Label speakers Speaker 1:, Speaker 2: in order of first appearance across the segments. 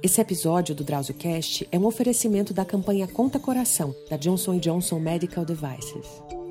Speaker 1: Esse episódio do DrauzioCast é um oferecimento da campanha Conta Coração, da Johnson & Johnson Medical Devices.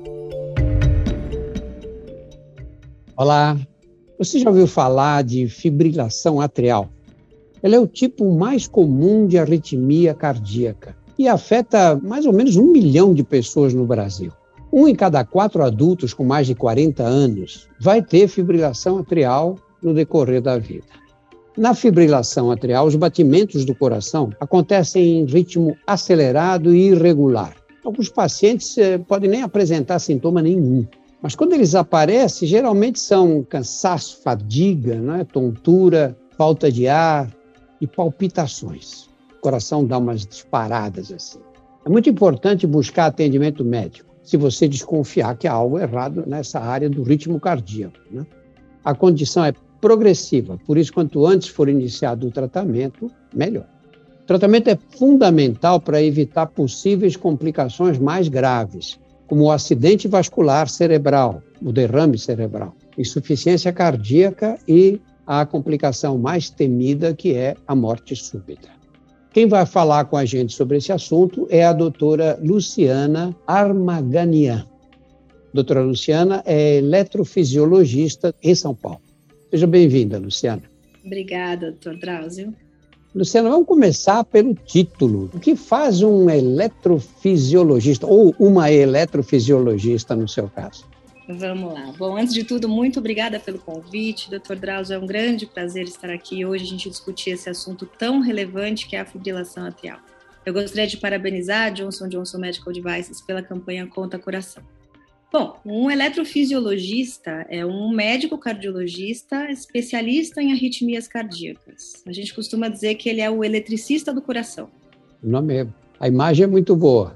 Speaker 2: Olá, você já ouviu falar de fibrilação atrial? Ela é o tipo mais comum de arritmia cardíaca e afeta mais ou menos 1 milhão de pessoas no Brasil. 1 em cada 4 adultos com mais de 40 anos vai ter fibrilação atrial no decorrer da vida. Na fibrilação atrial, os batimentos do coração acontecem em ritmo acelerado e irregular. Alguns pacientes podem nem apresentar sintoma nenhum, mas quando eles aparecem, geralmente são cansaço, fadiga, tontura, falta de ar e palpitações. O coração dá umas disparadas assim. É muito importante buscar atendimento médico, se você desconfiar que há algo errado nessa área do ritmo cardíaco. A condição é progressiva, por isso, quanto antes for iniciado o tratamento, melhor. O tratamento é fundamental para evitar possíveis complicações mais graves, como o acidente vascular cerebral, o derrame cerebral, insuficiência cardíaca e a complicação mais temida, que é a morte súbita. Quem vai falar com a gente sobre esse assunto é a doutora Luciana Armaganian. Doutora Luciana é eletrofisiologista em São Paulo. Seja bem-vinda, Luciana.
Speaker 3: Obrigada, doutor Drauzio.
Speaker 2: Luciana, vamos começar pelo título. O que faz um eletrofisiologista, ou uma eletrofisiologista no seu caso?
Speaker 3: Vamos lá. Bom, antes de tudo, muito obrigada pelo convite, doutor Drauzio. É um grande prazer estar aqui hoje, a gente discutir esse assunto tão relevante que é a fibrilação atrial. Eu gostaria de parabenizar a Johnson & Johnson Medical Devices pela campanha Conta Coração. Bom, um eletrofisiologista é um médico cardiologista especialista em arritmias cardíacas. A gente costuma dizer que ele é o eletricista do coração.
Speaker 2: O nome é... A imagem é muito boa.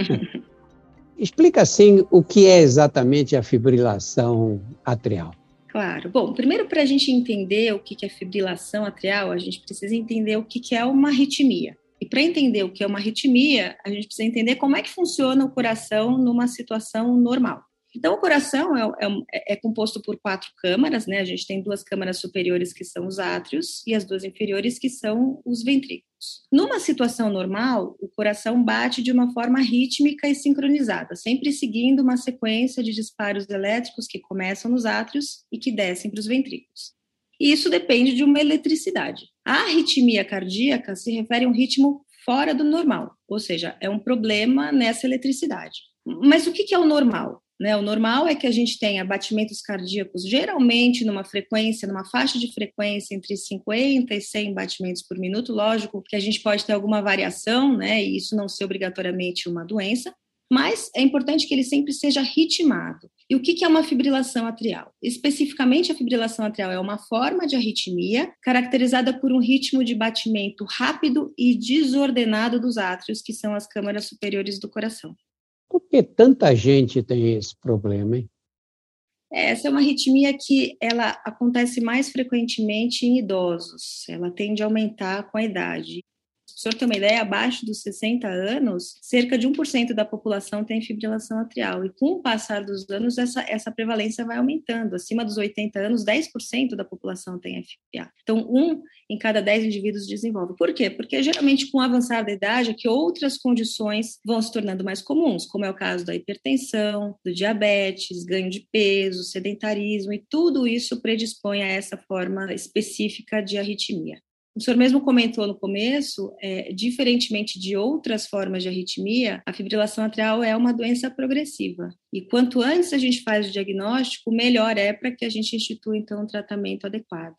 Speaker 2: Explica, assim, o que é exatamente a fibrilação atrial.
Speaker 3: Claro. Bom, primeiro, para a gente entender o que é fibrilação atrial, a gente precisa entender o que é uma arritmia. E para entender o que é uma arritmia, a gente precisa entender como é que funciona o coração numa situação normal. Então, o coração é composto por 4 câmaras, né? A gente tem 2 câmaras superiores, que são os átrios, e as 2 inferiores, que são os ventrículos. Numa situação normal, o coração bate de uma forma rítmica e sincronizada, sempre seguindo uma sequência de disparos elétricos que começam nos átrios e que descem para os ventrículos. E isso depende de uma eletricidade. A arritmia cardíaca se refere a um ritmo fora do normal, ou seja, é um problema nessa eletricidade. Mas o que é o normal? O normal é que a gente tenha batimentos cardíacos, geralmente numa faixa de frequência entre 50 e 100 batimentos por minuto. Lógico que a gente pode ter alguma variação, e isso não ser obrigatoriamente uma doença, mas é importante que ele sempre seja ritmado. E o que é uma fibrilação atrial? Especificamente, a fibrilação atrial é uma forma de arritmia caracterizada por um ritmo de batimento rápido e desordenado dos átrios, que são as câmaras superiores do coração.
Speaker 2: Por que tanta gente tem esse problema, hein?
Speaker 3: Essa é uma arritmia que ela acontece mais frequentemente em idosos. Ela tende a aumentar com a idade. Para o senhor ter uma ideia, abaixo dos 60 anos, cerca de 1% da população tem fibrilação atrial. E com o passar dos anos, essa prevalência vai aumentando. Acima dos 80 anos, 10% da população tem FA. Então, 1 em cada 10 indivíduos desenvolve. Por quê? Porque geralmente, com o avançar da idade, é que outras condições vão se tornando mais comuns, como é o caso da hipertensão, do diabetes, ganho de peso, sedentarismo, e tudo isso predispõe a essa forma específica de arritmia. O senhor mesmo comentou no começo, diferentemente de outras formas de arritmia, a fibrilação atrial é uma doença progressiva. E quanto antes a gente faz o diagnóstico, melhor é para que a gente institua, então, um tratamento adequado.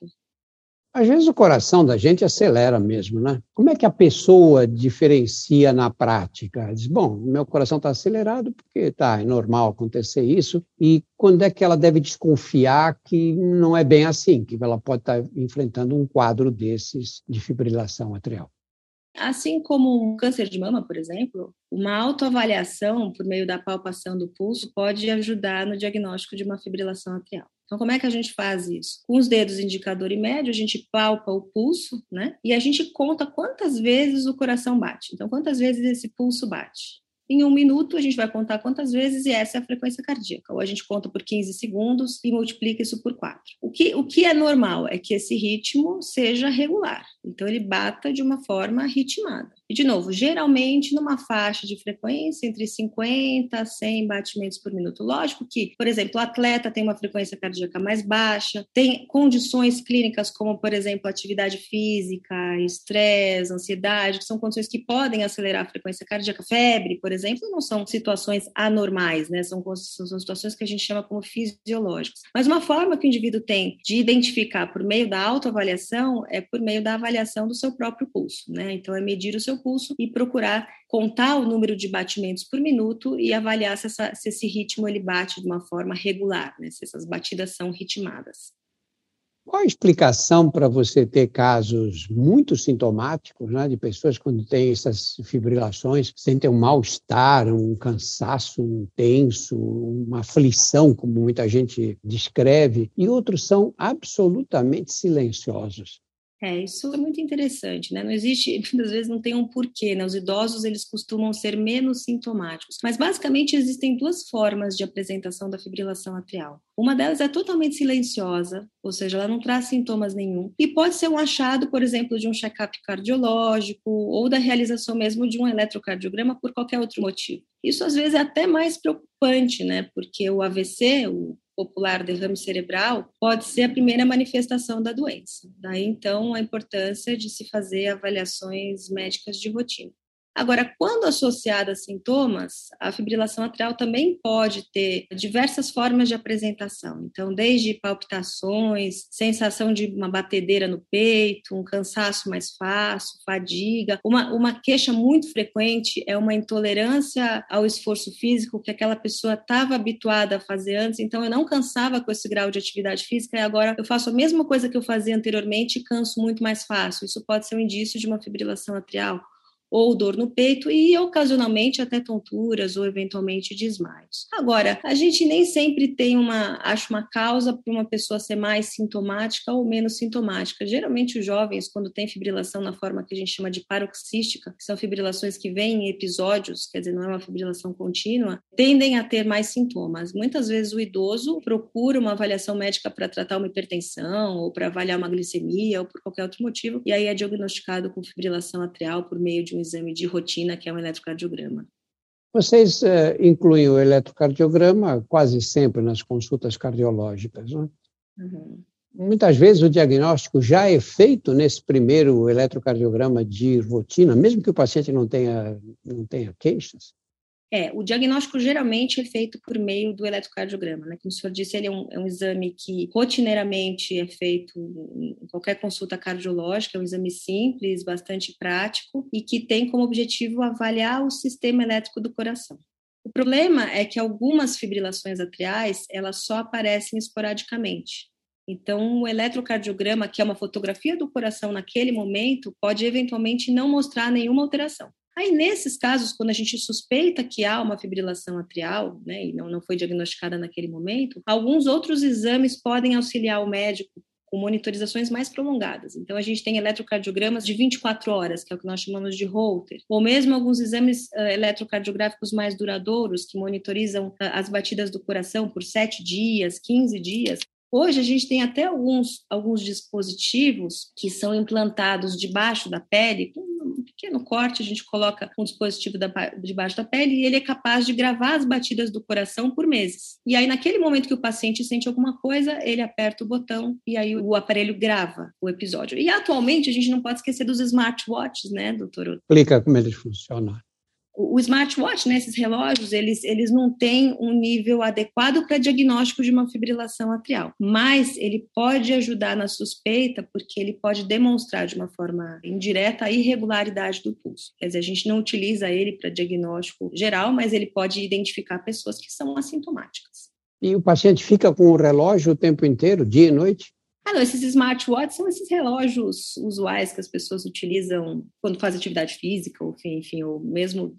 Speaker 2: Às vezes o coração da gente acelera mesmo, né? Como é que a pessoa diferencia na prática? Diz, bom, meu coração está acelerado porque é normal acontecer isso. E quando é que ela deve desconfiar que não é bem assim, que ela pode estar enfrentando um quadro desses de fibrilação atrial?
Speaker 3: Assim como um câncer de mama, por exemplo, uma autoavaliação por meio da palpação do pulso pode ajudar no diagnóstico de uma fibrilação atrial. Então, como é que a gente faz isso? Com os dedos indicador e médio, a gente palpa o pulso, e a gente conta quantas vezes o coração bate. Então, quantas vezes esse pulso bate? Em 1 minuto, a gente vai contar quantas vezes e essa é a frequência cardíaca. Ou a gente conta por 15 segundos e multiplica isso por 4. O que é normal é que esse ritmo seja regular. Então, ele bata de uma forma ritmada. E, de novo, geralmente numa faixa de frequência entre 50 a 100 batimentos por minuto. Lógico que, por exemplo, o atleta tem uma frequência cardíaca mais baixa, tem condições clínicas como, por exemplo, atividade física, estresse, ansiedade, que são condições que podem acelerar a frequência cardíaca. Febre, por exemplo, não são situações anormais, né? São situações que a gente chama como fisiológicas. Mas uma forma que o indivíduo tem de identificar por meio da autoavaliação é por meio da avaliação do seu próprio pulso, né? Então, é medir o seu pulso e procurar contar o número de batimentos por minuto e avaliar se esse ritmo ele bate de uma forma regular, né? Se essas batidas são ritmadas.
Speaker 2: Qual a explicação para você ter casos muito sintomáticos, né, de pessoas quando têm essas fibrilações, sentem um mal-estar, um cansaço intenso, uma aflição, como muita gente descreve, e outros são absolutamente silenciosos?
Speaker 3: Isso é muito interessante, né? Não existe, muitas vezes não tem um porquê, né? Os idosos, eles costumam ser menos sintomáticos. Mas, basicamente, existem 2 formas de apresentação da fibrilação atrial. Uma delas é totalmente silenciosa, ou seja, ela não traz sintomas nenhum. E pode ser um achado, por exemplo, de um check-up cardiológico ou da realização mesmo de um eletrocardiograma por qualquer outro motivo. Isso, às vezes, é até mais preocupante, né? Porque o AVC, o popular derrame cerebral, pode ser a primeira manifestação da doença. Daí, então, a importância de se fazer avaliações médicas de rotina. Agora, quando associada a sintomas, a fibrilação atrial também pode ter diversas formas de apresentação. Então, desde palpitações, sensação de uma batedeira no peito, um cansaço mais fácil, fadiga. Uma queixa muito frequente é uma intolerância ao esforço físico que aquela pessoa estava habituada a fazer antes. Então, eu não cansava com esse grau de atividade física e agora eu faço a mesma coisa que eu fazia anteriormente e canso muito mais fácil. Isso pode ser um indício de uma fibrilação atrial, ou dor no peito e, ocasionalmente, até tonturas ou, eventualmente, desmaios. Agora, a gente nem sempre tem uma causa para uma pessoa ser mais sintomática ou menos sintomática. Geralmente, os jovens, quando têm fibrilação na forma que a gente chama de paroxística, que são fibrilações que vêm em episódios, quer dizer, não é uma fibrilação contínua, tendem a ter mais sintomas. Muitas vezes, o idoso procura uma avaliação médica para tratar uma hipertensão ou para avaliar uma glicemia ou por qualquer outro motivo, e aí é diagnosticado com fibrilação atrial por meio de um exame de rotina, que é um eletrocardiograma.
Speaker 2: Vocês incluem o eletrocardiograma quase sempre nas consultas cardiológicas, né?
Speaker 3: Uhum.
Speaker 2: Muitas vezes o diagnóstico já é feito nesse primeiro eletrocardiograma de rotina, mesmo que o paciente não tenha queixas?
Speaker 3: O diagnóstico geralmente é feito por meio do eletrocardiograma, né? Como o senhor disse, ele é um exame que rotineiramente é feito em qualquer consulta cardiológica, é um exame simples, bastante prático e que tem como objetivo avaliar o sistema elétrico do coração. O problema é que algumas fibrilações atriais, elas só aparecem esporadicamente. Então, o eletrocardiograma, que é uma fotografia do coração naquele momento, pode eventualmente não mostrar nenhuma alteração. Aí, nesses casos, quando a gente suspeita que há uma fibrilação atrial, né, e não foi diagnosticada naquele momento, alguns outros exames podem auxiliar o médico com monitorizações mais prolongadas. Então, a gente tem eletrocardiogramas de 24 horas, que é o que nós chamamos de Holter, ou mesmo alguns exames eletrocardiográficos mais duradouros, que monitorizam as batidas do coração por 7 dias, 15 dias. Hoje, a gente tem até alguns dispositivos que são implantados debaixo da pele. Com um pequeno corte, a gente coloca um dispositivo debaixo da pele e ele é capaz de gravar as batidas do coração por meses. E aí, naquele momento que o paciente sente alguma coisa, ele aperta o botão e aí o aparelho grava o episódio. E, atualmente, a gente não pode esquecer dos smartwatches, né, doutor?
Speaker 2: Explica como eles funcionam.
Speaker 3: O smartwatch, né, esses relógios, eles não têm um nível adequado para diagnóstico de uma fibrilação atrial, mas ele pode ajudar na suspeita porque ele pode demonstrar de uma forma indireta a irregularidade do pulso. Quer dizer, a gente não utiliza ele para diagnóstico geral, mas ele pode identificar pessoas que são assintomáticas. E
Speaker 2: o paciente fica com o relógio o tempo inteiro, dia e noite?
Speaker 3: Não, esses smartwatches são esses relógios usuais que as pessoas utilizam quando fazem atividade física, ou enfim, ou mesmo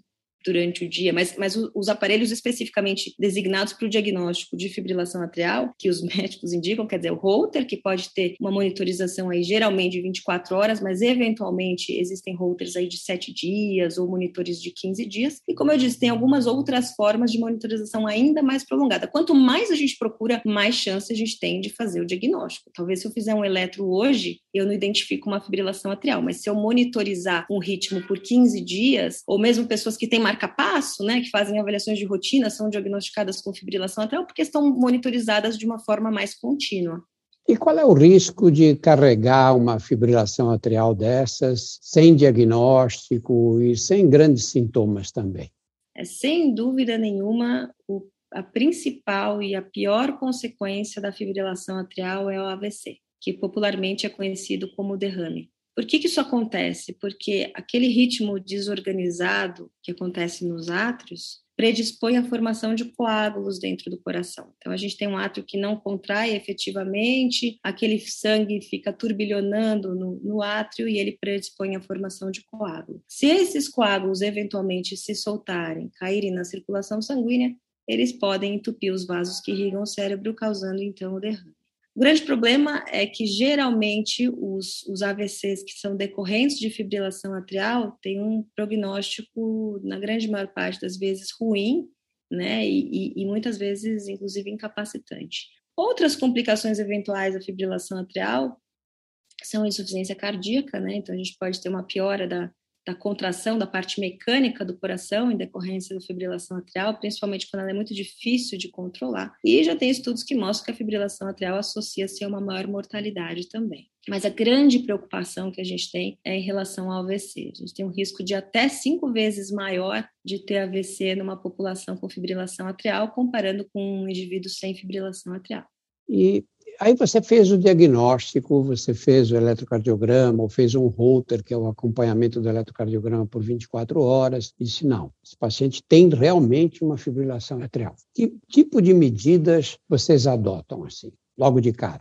Speaker 3: durante o dia, mas os aparelhos especificamente designados para o diagnóstico de fibrilação atrial, que os médicos indicam, quer dizer, o Holter, que pode ter uma monitorização aí geralmente de 24 horas, mas eventualmente existem Holters aí de 7 dias ou monitores de 15 dias. E como eu disse, tem algumas outras formas de monitorização ainda mais prolongada. Quanto mais a gente procura, mais chance a gente tem de fazer o diagnóstico. Talvez se eu fizer um eletro hoje, eu não identifico uma fibrilação atrial, mas se eu monitorizar um ritmo por 15 dias, ou mesmo pessoas que têm marca-passo, né, que fazem avaliações de rotina, são diagnosticadas com fibrilação atrial porque estão monitorizadas de uma forma mais contínua.
Speaker 2: E qual é o risco de carregar uma fibrilação atrial dessas, sem diagnóstico e sem grandes sintomas também?
Speaker 3: Sem dúvida nenhuma, a principal e a pior consequência da fibrilação atrial é o AVC, que popularmente é conhecido como derrame. Por que isso acontece? Porque aquele ritmo desorganizado que acontece nos átrios predispõe à formação de coágulos dentro do coração. Então, a gente tem um átrio que não contrai efetivamente, aquele sangue fica turbilhonando no átrio e ele predispõe à formação de coágulos. Se esses coágulos eventualmente se soltarem, caírem na circulação sanguínea, eles podem entupir os vasos que irrigam o cérebro, causando então o derrame. O grande problema é que, geralmente, os AVCs que são decorrentes de fibrilação atrial têm um prognóstico, na grande maior parte das vezes, ruim, né? E muitas vezes, inclusive, incapacitante. Outras complicações eventuais da fibrilação atrial são a insuficiência cardíaca, né? Então, a gente pode ter uma piora da contração da parte mecânica do coração em decorrência da fibrilação atrial, principalmente quando ela é muito difícil de controlar. E já tem estudos que mostram que a fibrilação atrial associa-se a uma maior mortalidade também. Mas a grande preocupação que a gente tem é em relação ao AVC. A gente tem um risco de até 5 vezes maior de ter AVC numa população com fibrilação atrial, comparando com um indivíduo sem fibrilação atrial.
Speaker 2: E aí você fez o diagnóstico, você fez o eletrocardiograma, ou fez um Holter, que é o acompanhamento do eletrocardiograma por 24 horas, e disse, não, esse paciente tem realmente uma fibrilação atrial. Que tipo de medidas vocês adotam assim, logo de cara?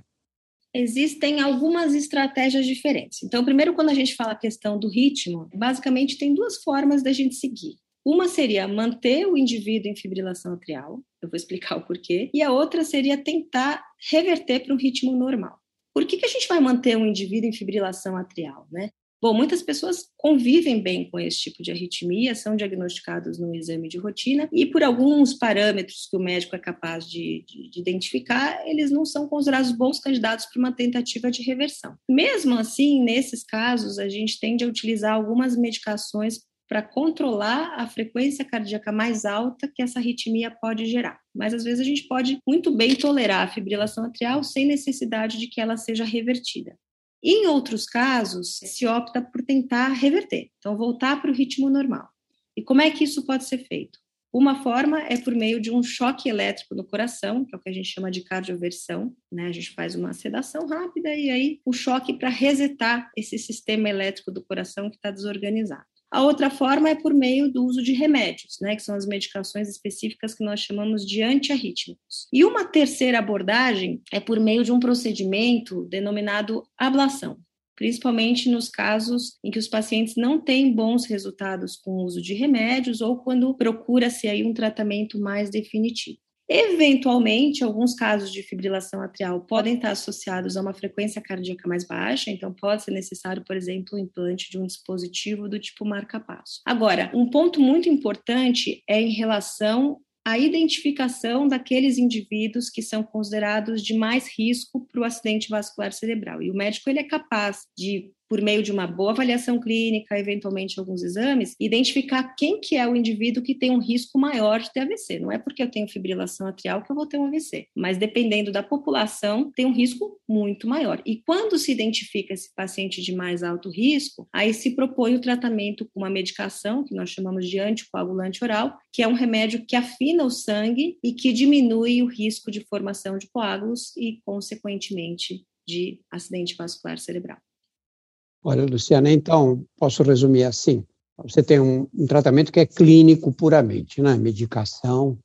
Speaker 3: Existem algumas estratégias diferentes. Então, primeiro, quando a gente fala a questão do ritmo, basicamente tem 2 formas da gente seguir. Uma seria manter o indivíduo em fibrilação atrial, eu vou explicar o porquê, e a outra seria tentar reverter para um ritmo normal. Por que a gente vai manter um indivíduo em fibrilação atrial, né? Bom, muitas pessoas convivem bem com esse tipo de arritmia, são diagnosticados no exame de rotina e por alguns parâmetros que o médico é capaz de identificar, eles não são considerados bons candidatos para uma tentativa de reversão. Mesmo assim, nesses casos, a gente tende a utilizar algumas medicações para controlar a frequência cardíaca mais alta que essa arritmia pode gerar. Mas, às vezes, a gente pode muito bem tolerar a fibrilação atrial sem necessidade de que ela seja revertida. Em outros casos, se opta por tentar reverter, então voltar para o ritmo normal. E como é que isso pode ser feito? Uma forma é por meio de um choque elétrico no coração, que é o que a gente chama de cardioversão, né? A gente faz uma sedação rápida e aí o choque para resetar esse sistema elétrico do coração que está desorganizado. A outra forma é por meio do uso de remédios, né, que são as medicações específicas que nós chamamos de antiarrítmicos. E uma terceira abordagem é por meio de um procedimento denominado ablação, principalmente nos casos em que os pacientes não têm bons resultados com o uso de remédios ou quando procura-se aí um tratamento mais definitivo. Eventualmente, alguns casos de fibrilação atrial podem estar associados a uma frequência cardíaca mais baixa, então pode ser necessário, por exemplo, o implante de um dispositivo do tipo marca-passo. Agora, um ponto muito importante é em relação à identificação daqueles indivíduos que são considerados de mais risco para o acidente vascular cerebral. E o médico ele é capaz de, por meio de uma boa avaliação clínica, eventualmente alguns exames, identificar quem que é o indivíduo que tem um risco maior de ter AVC. Não é porque eu tenho fibrilação atrial que eu vou ter um AVC, mas dependendo da população, tem um risco muito maior. E quando se identifica esse paciente de mais alto risco, aí se propõe o tratamento com uma medicação, que nós chamamos de anticoagulante oral, que é um remédio que afina o sangue e que diminui o risco de formação de coágulos e, consequentemente, de acidente vascular cerebral.
Speaker 2: Olha, Luciana, então, posso resumir assim. Você tem um tratamento que é clínico puramente, né? Medicação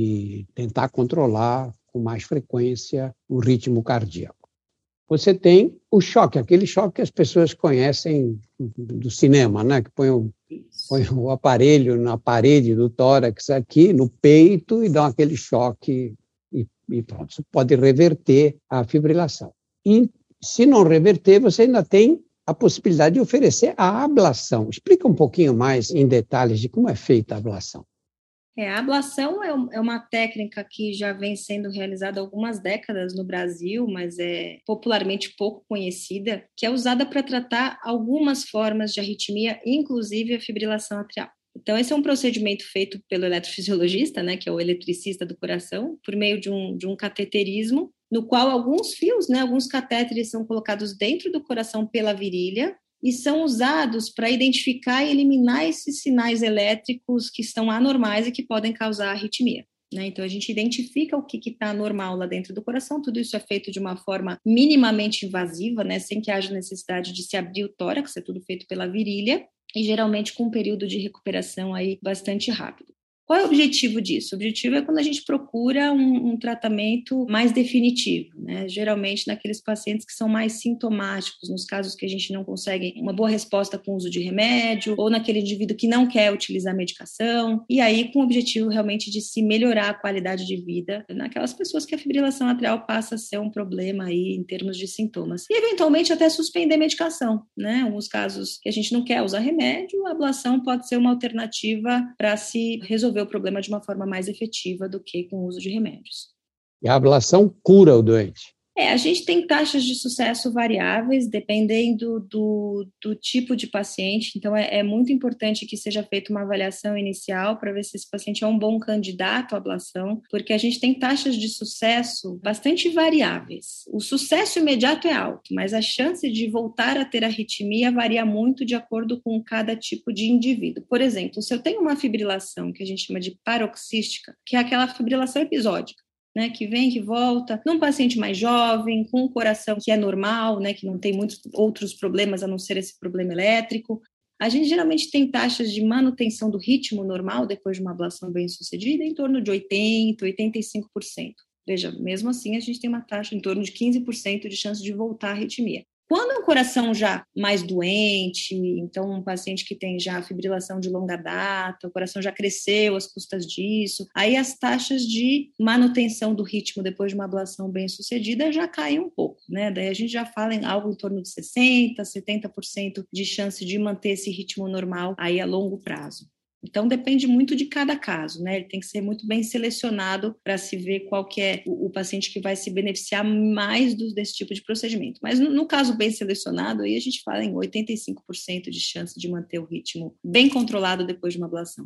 Speaker 2: e tentar controlar com mais frequência o ritmo cardíaco. Você tem o choque, aquele choque que as pessoas conhecem do cinema, né? Que põe põe o aparelho na parede do tórax aqui, no peito, e dá aquele choque e pronto. Isso pode reverter a fibrilação. E se não reverter, você ainda tem a possibilidade de oferecer a ablação. Explica um pouquinho mais em detalhes de como é feita a ablação.
Speaker 3: A ablação é uma técnica que já vem sendo realizada há algumas décadas no Brasil, mas é popularmente pouco conhecida, que é usada para tratar algumas formas de arritmia, inclusive a fibrilação atrial. Então, esse é um procedimento feito pelo eletrofisiologista, né, que é o eletricista do coração, por meio de um cateterismo, no qual alguns fios, né, alguns catéteres são colocados dentro do coração pela virilha, e são usados para identificar e eliminar esses sinais elétricos que estão anormais e que podem causar arritmia. Né? Então, a gente identifica o que está anormal lá dentro do coração, tudo isso é feito de uma forma minimamente invasiva, né? Sem que haja necessidade de se abrir o tórax, é tudo feito pela virilha, e geralmente com um período de recuperação aí bastante rápido. Qual é o objetivo disso? O objetivo é quando a gente procura um tratamento mais definitivo, né? Geralmente naqueles pacientes que são mais sintomáticos, nos casos que a gente não consegue uma boa resposta com o uso de remédio, ou naquele indivíduo que não quer utilizar medicação, e aí com o objetivo realmente de se melhorar a qualidade de vida naquelas pessoas que a fibrilação atrial passa a ser um problema aí em termos de sintomas. E eventualmente até suspender medicação, né? Alguns casos que a gente não quer usar remédio, a ablação pode ser uma alternativa para se resolver o problema de uma forma mais efetiva do que com o uso de remédios.
Speaker 2: E a ablação cura o doente?
Speaker 3: A gente tem taxas de sucesso variáveis, dependendo do tipo de paciente. Então, é muito importante que seja feita uma avaliação inicial para ver se esse paciente é um bom candidato à ablação, porque a gente tem taxas de sucesso bastante variáveis. O sucesso imediato é alto, mas a chance de voltar a ter arritmia varia muito de acordo com cada tipo de indivíduo. Por exemplo, se eu tenho uma fibrilação que a gente chama de paroxística, que é aquela fibrilação episódica, né, que vem, que volta, num paciente mais jovem, com um coração que é normal, né, que não tem muitos outros problemas a não ser esse problema elétrico, a gente geralmente tem taxas de manutenção do ritmo normal depois de uma ablação bem-sucedida em torno de 80%, 85%. Veja, mesmo assim, a gente tem uma taxa em torno de 15% de chance de voltar à arritmia. Quando é um coração já mais doente, então um paciente que tem já fibrilação de longa data, o coração já cresceu às custas disso, aí as taxas de manutenção do ritmo depois de uma ablação bem-sucedida já caem um pouco, né? Daí a gente já fala em algo em torno de 60%, 70% de chance de manter esse ritmo normal aí a longo prazo. Então, depende muito de cada caso, né? Ele tem que ser muito bem selecionado para se ver qual que é o paciente que vai se beneficiar mais desse tipo de procedimento. Mas no caso bem selecionado, aí a gente fala em 85% de chance de manter o ritmo bem controlado depois de uma ablação.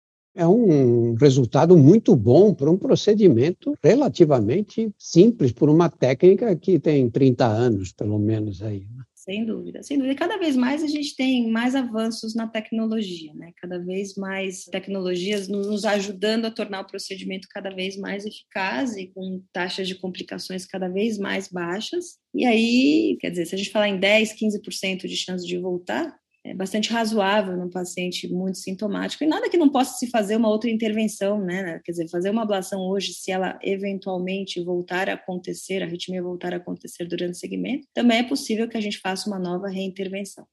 Speaker 2: É um resultado muito bom para um procedimento relativamente simples, por uma técnica que tem 30 anos, pelo menos, aí, né?
Speaker 3: Sem dúvida, sem dúvida. Cada vez mais a gente tem mais avanços na tecnologia, né? Cada vez mais tecnologias nos ajudando a tornar o procedimento cada vez mais eficaz e com taxas de complicações cada vez mais baixas. E aí, quer dizer, se a gente falar em 10%, 15% de chance de voltar, é bastante razoável num paciente muito sintomático, e nada que não possa se fazer uma outra intervenção, né? Quer dizer, fazer uma ablação hoje, se ela eventualmente voltar a acontecer, a arritmia voltar a acontecer durante o segmento, também é possível que a gente faça uma nova reintervenção.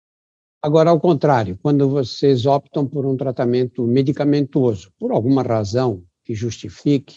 Speaker 2: Agora, ao contrário, quando vocês optam por um tratamento medicamentoso, por alguma razão que justifique,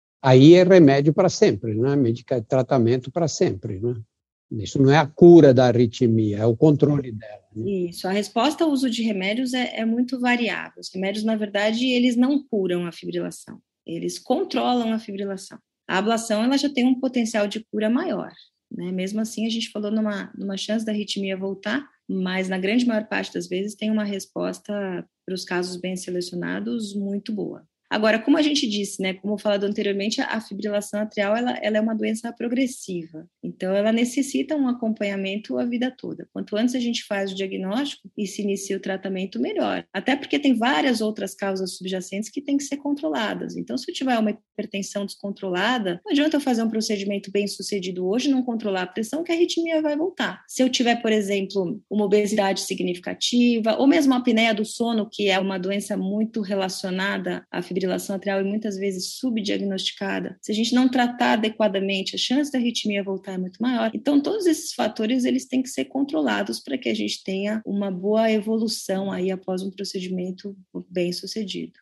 Speaker 2: aí é remédio para sempre, né? Tratamento para sempre, né? Isso não é a cura da arritmia, é o controle dela. Né?
Speaker 3: Isso, a resposta ao uso de remédios é muito variável. Os remédios, na verdade, eles não curam a fibrilação, eles controlam a fibrilação. A ablação ela já tem um potencial de cura maior, né? Mesmo assim, a gente falou numa chance da arritmia voltar, mas na grande maior parte das vezes tem uma resposta para os casos bem selecionados muito boa. Agora, como a gente disse, né, como falado anteriormente, a fibrilação atrial ela é uma doença progressiva, então ela necessita um acompanhamento a vida toda. Quanto antes a gente faz o diagnóstico e se inicia o tratamento, melhor. Até porque tem várias outras causas subjacentes que têm que ser controladas. Então, se eu tiver uma hipertensão descontrolada, não adianta eu fazer um procedimento bem sucedido hoje e não controlar a pressão, que a arritmia vai voltar. Se eu tiver, por exemplo, uma obesidade significativa, ou mesmo a apneia do sono, que é uma doença muito relacionada à fibrilação fibrilação atrial é muitas vezes subdiagnosticada, se a gente não tratar adequadamente, a chance da arritmia voltar é muito maior. Então, todos esses fatores, eles têm que ser controlados para que a gente tenha uma boa evolução aí após um procedimento bem sucedido.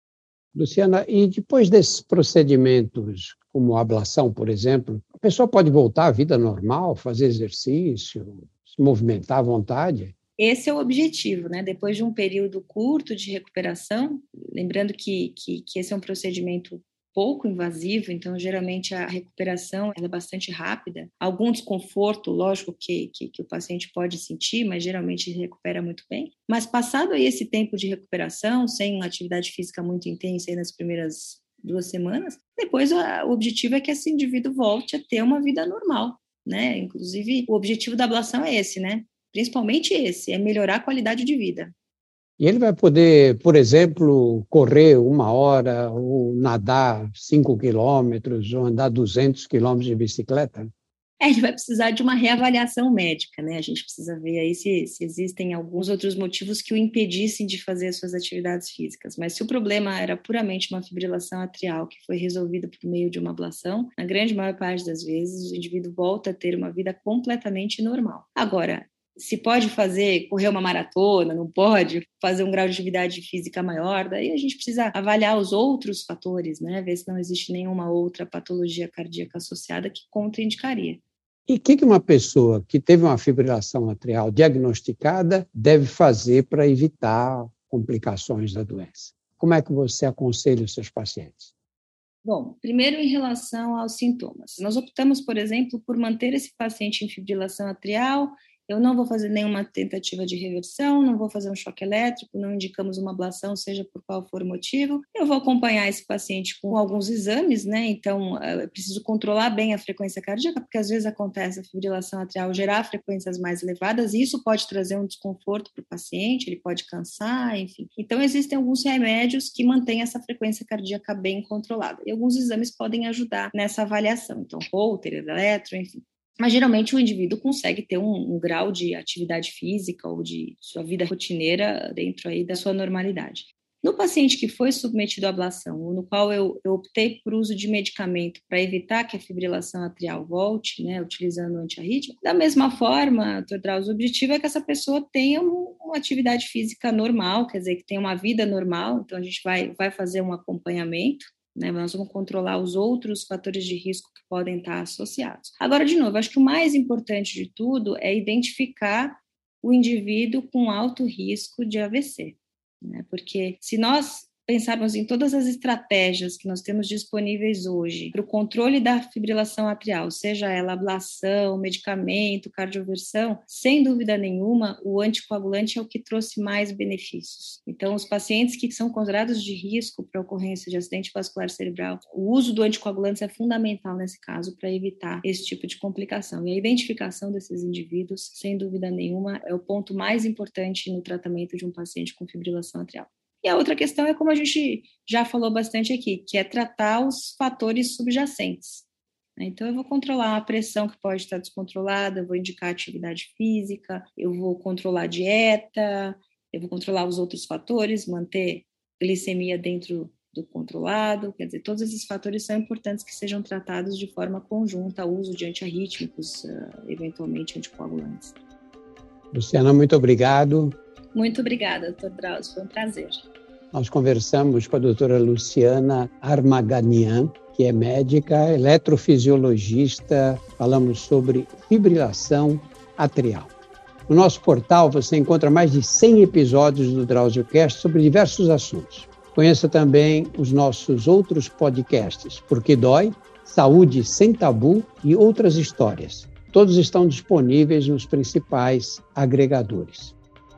Speaker 2: Luciana, e depois desses procedimentos, como a ablação, por exemplo, a pessoa pode voltar à vida normal, fazer exercício, se movimentar à vontade?
Speaker 3: Esse é o objetivo, né? Depois de um período curto de recuperação, lembrando que esse é um procedimento pouco invasivo, então geralmente a recuperação ela é bastante rápida. Algum desconforto, lógico que o paciente pode sentir, mas geralmente recupera muito bem. Mas passado aí esse tempo de recuperação, sem uma atividade física muito intensa aí nas primeiras 2 semanas, depois o objetivo é que esse indivíduo volte a ter uma vida normal, né? Inclusive o objetivo da ablação é esse, né? Principalmente esse, é melhorar a qualidade de vida.
Speaker 2: E ele vai poder, por exemplo, correr 1 hora, ou nadar 5 quilômetros, ou andar 200 quilômetros de bicicleta?
Speaker 3: Ele vai precisar de uma reavaliação médica, né? A gente precisa ver aí se existem alguns outros motivos que o impedissem de fazer as suas atividades físicas. Mas se o problema era puramente uma fibrilação atrial que foi resolvida por meio de uma ablação, na grande maior parte das vezes o indivíduo volta a ter uma vida completamente normal. Agora, se pode correr uma maratona, não pode fazer um grau de atividade física maior, daí a gente precisa avaliar os outros fatores, né? Ver se não existe nenhuma outra patologia cardíaca associada que contraindicaria.
Speaker 2: E o que uma pessoa que teve uma fibrilação atrial diagnosticada deve fazer para evitar complicações da doença? Como é que você aconselha os seus pacientes?
Speaker 3: Bom, primeiro em relação aos sintomas. Nós optamos, por exemplo, por manter esse paciente em fibrilação atrial. Eu não vou fazer nenhuma tentativa de reversão, não vou fazer um choque elétrico, não indicamos uma ablação, seja por qual for o motivo. Eu vou acompanhar esse paciente com alguns exames, né? Então, eu preciso controlar bem a frequência cardíaca, porque às vezes acontece a fibrilação atrial gerar frequências mais elevadas, e isso pode trazer um desconforto para o paciente, ele pode cansar, enfim. Então, existem alguns remédios que mantêm essa frequência cardíaca bem controlada. E alguns exames podem ajudar nessa avaliação. Então, Holter, eletro, enfim. Mas geralmente o indivíduo consegue ter um grau de atividade física ou de sua vida rotineira dentro aí da sua normalidade. No paciente que foi submetido à ablação, ou no qual eu optei por uso de medicamento para evitar que a fibrilação atrial volte, né, utilizando o antiarrítmico, da mesma forma, Dr. Drauzio, o objetivo é que essa pessoa tenha uma atividade física normal, quer dizer, que tenha uma vida normal, então a gente vai fazer um acompanhamento, né, nós vamos controlar os outros fatores de risco que podem estar associados. Agora, de novo, acho que o mais importante de tudo é identificar o indivíduo com alto risco de AVC, né? Porque se nós pensarmos em todas as estratégias que nós temos disponíveis hoje para o controle da fibrilação atrial, seja ela ablação, medicamento, cardioversão, sem dúvida nenhuma, o anticoagulante é o que trouxe mais benefícios. Então, os pacientes que são considerados de risco para a ocorrência de acidente vascular cerebral, o uso do anticoagulante é fundamental nesse caso para evitar esse tipo de complicação. E a identificação desses indivíduos, sem dúvida nenhuma, é o ponto mais importante no tratamento de um paciente com fibrilação atrial. E a outra questão é como a gente já falou bastante aqui, que é tratar os fatores subjacentes. Então, eu vou controlar a pressão que pode estar descontrolada, eu vou indicar atividade física, eu vou controlar a dieta, eu vou controlar os outros fatores, manter glicemia dentro do controlado, quer dizer, todos esses fatores são importantes que sejam tratados de forma conjunta, o uso de antiarrítmicos, eventualmente anticoagulantes.
Speaker 2: Luciana, muito obrigado.
Speaker 3: Muito obrigada, Dr. Drauzio, foi um prazer.
Speaker 2: Nós conversamos com a doutora Luciana Armaganian, que é médica, eletrofisiologista, falamos sobre fibrilação atrial. No nosso portal você encontra mais de 100 episódios do DrauzioCast sobre diversos assuntos. Conheça também os nossos outros podcasts, Porque Dói, Saúde Sem Tabu e outras histórias. Todos estão disponíveis nos principais agregadores.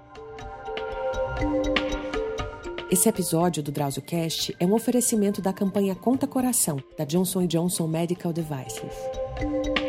Speaker 1: Esse episódio do DrauzioCast é um oferecimento da campanha Conta Coração, da Johnson & Johnson Medical Devices.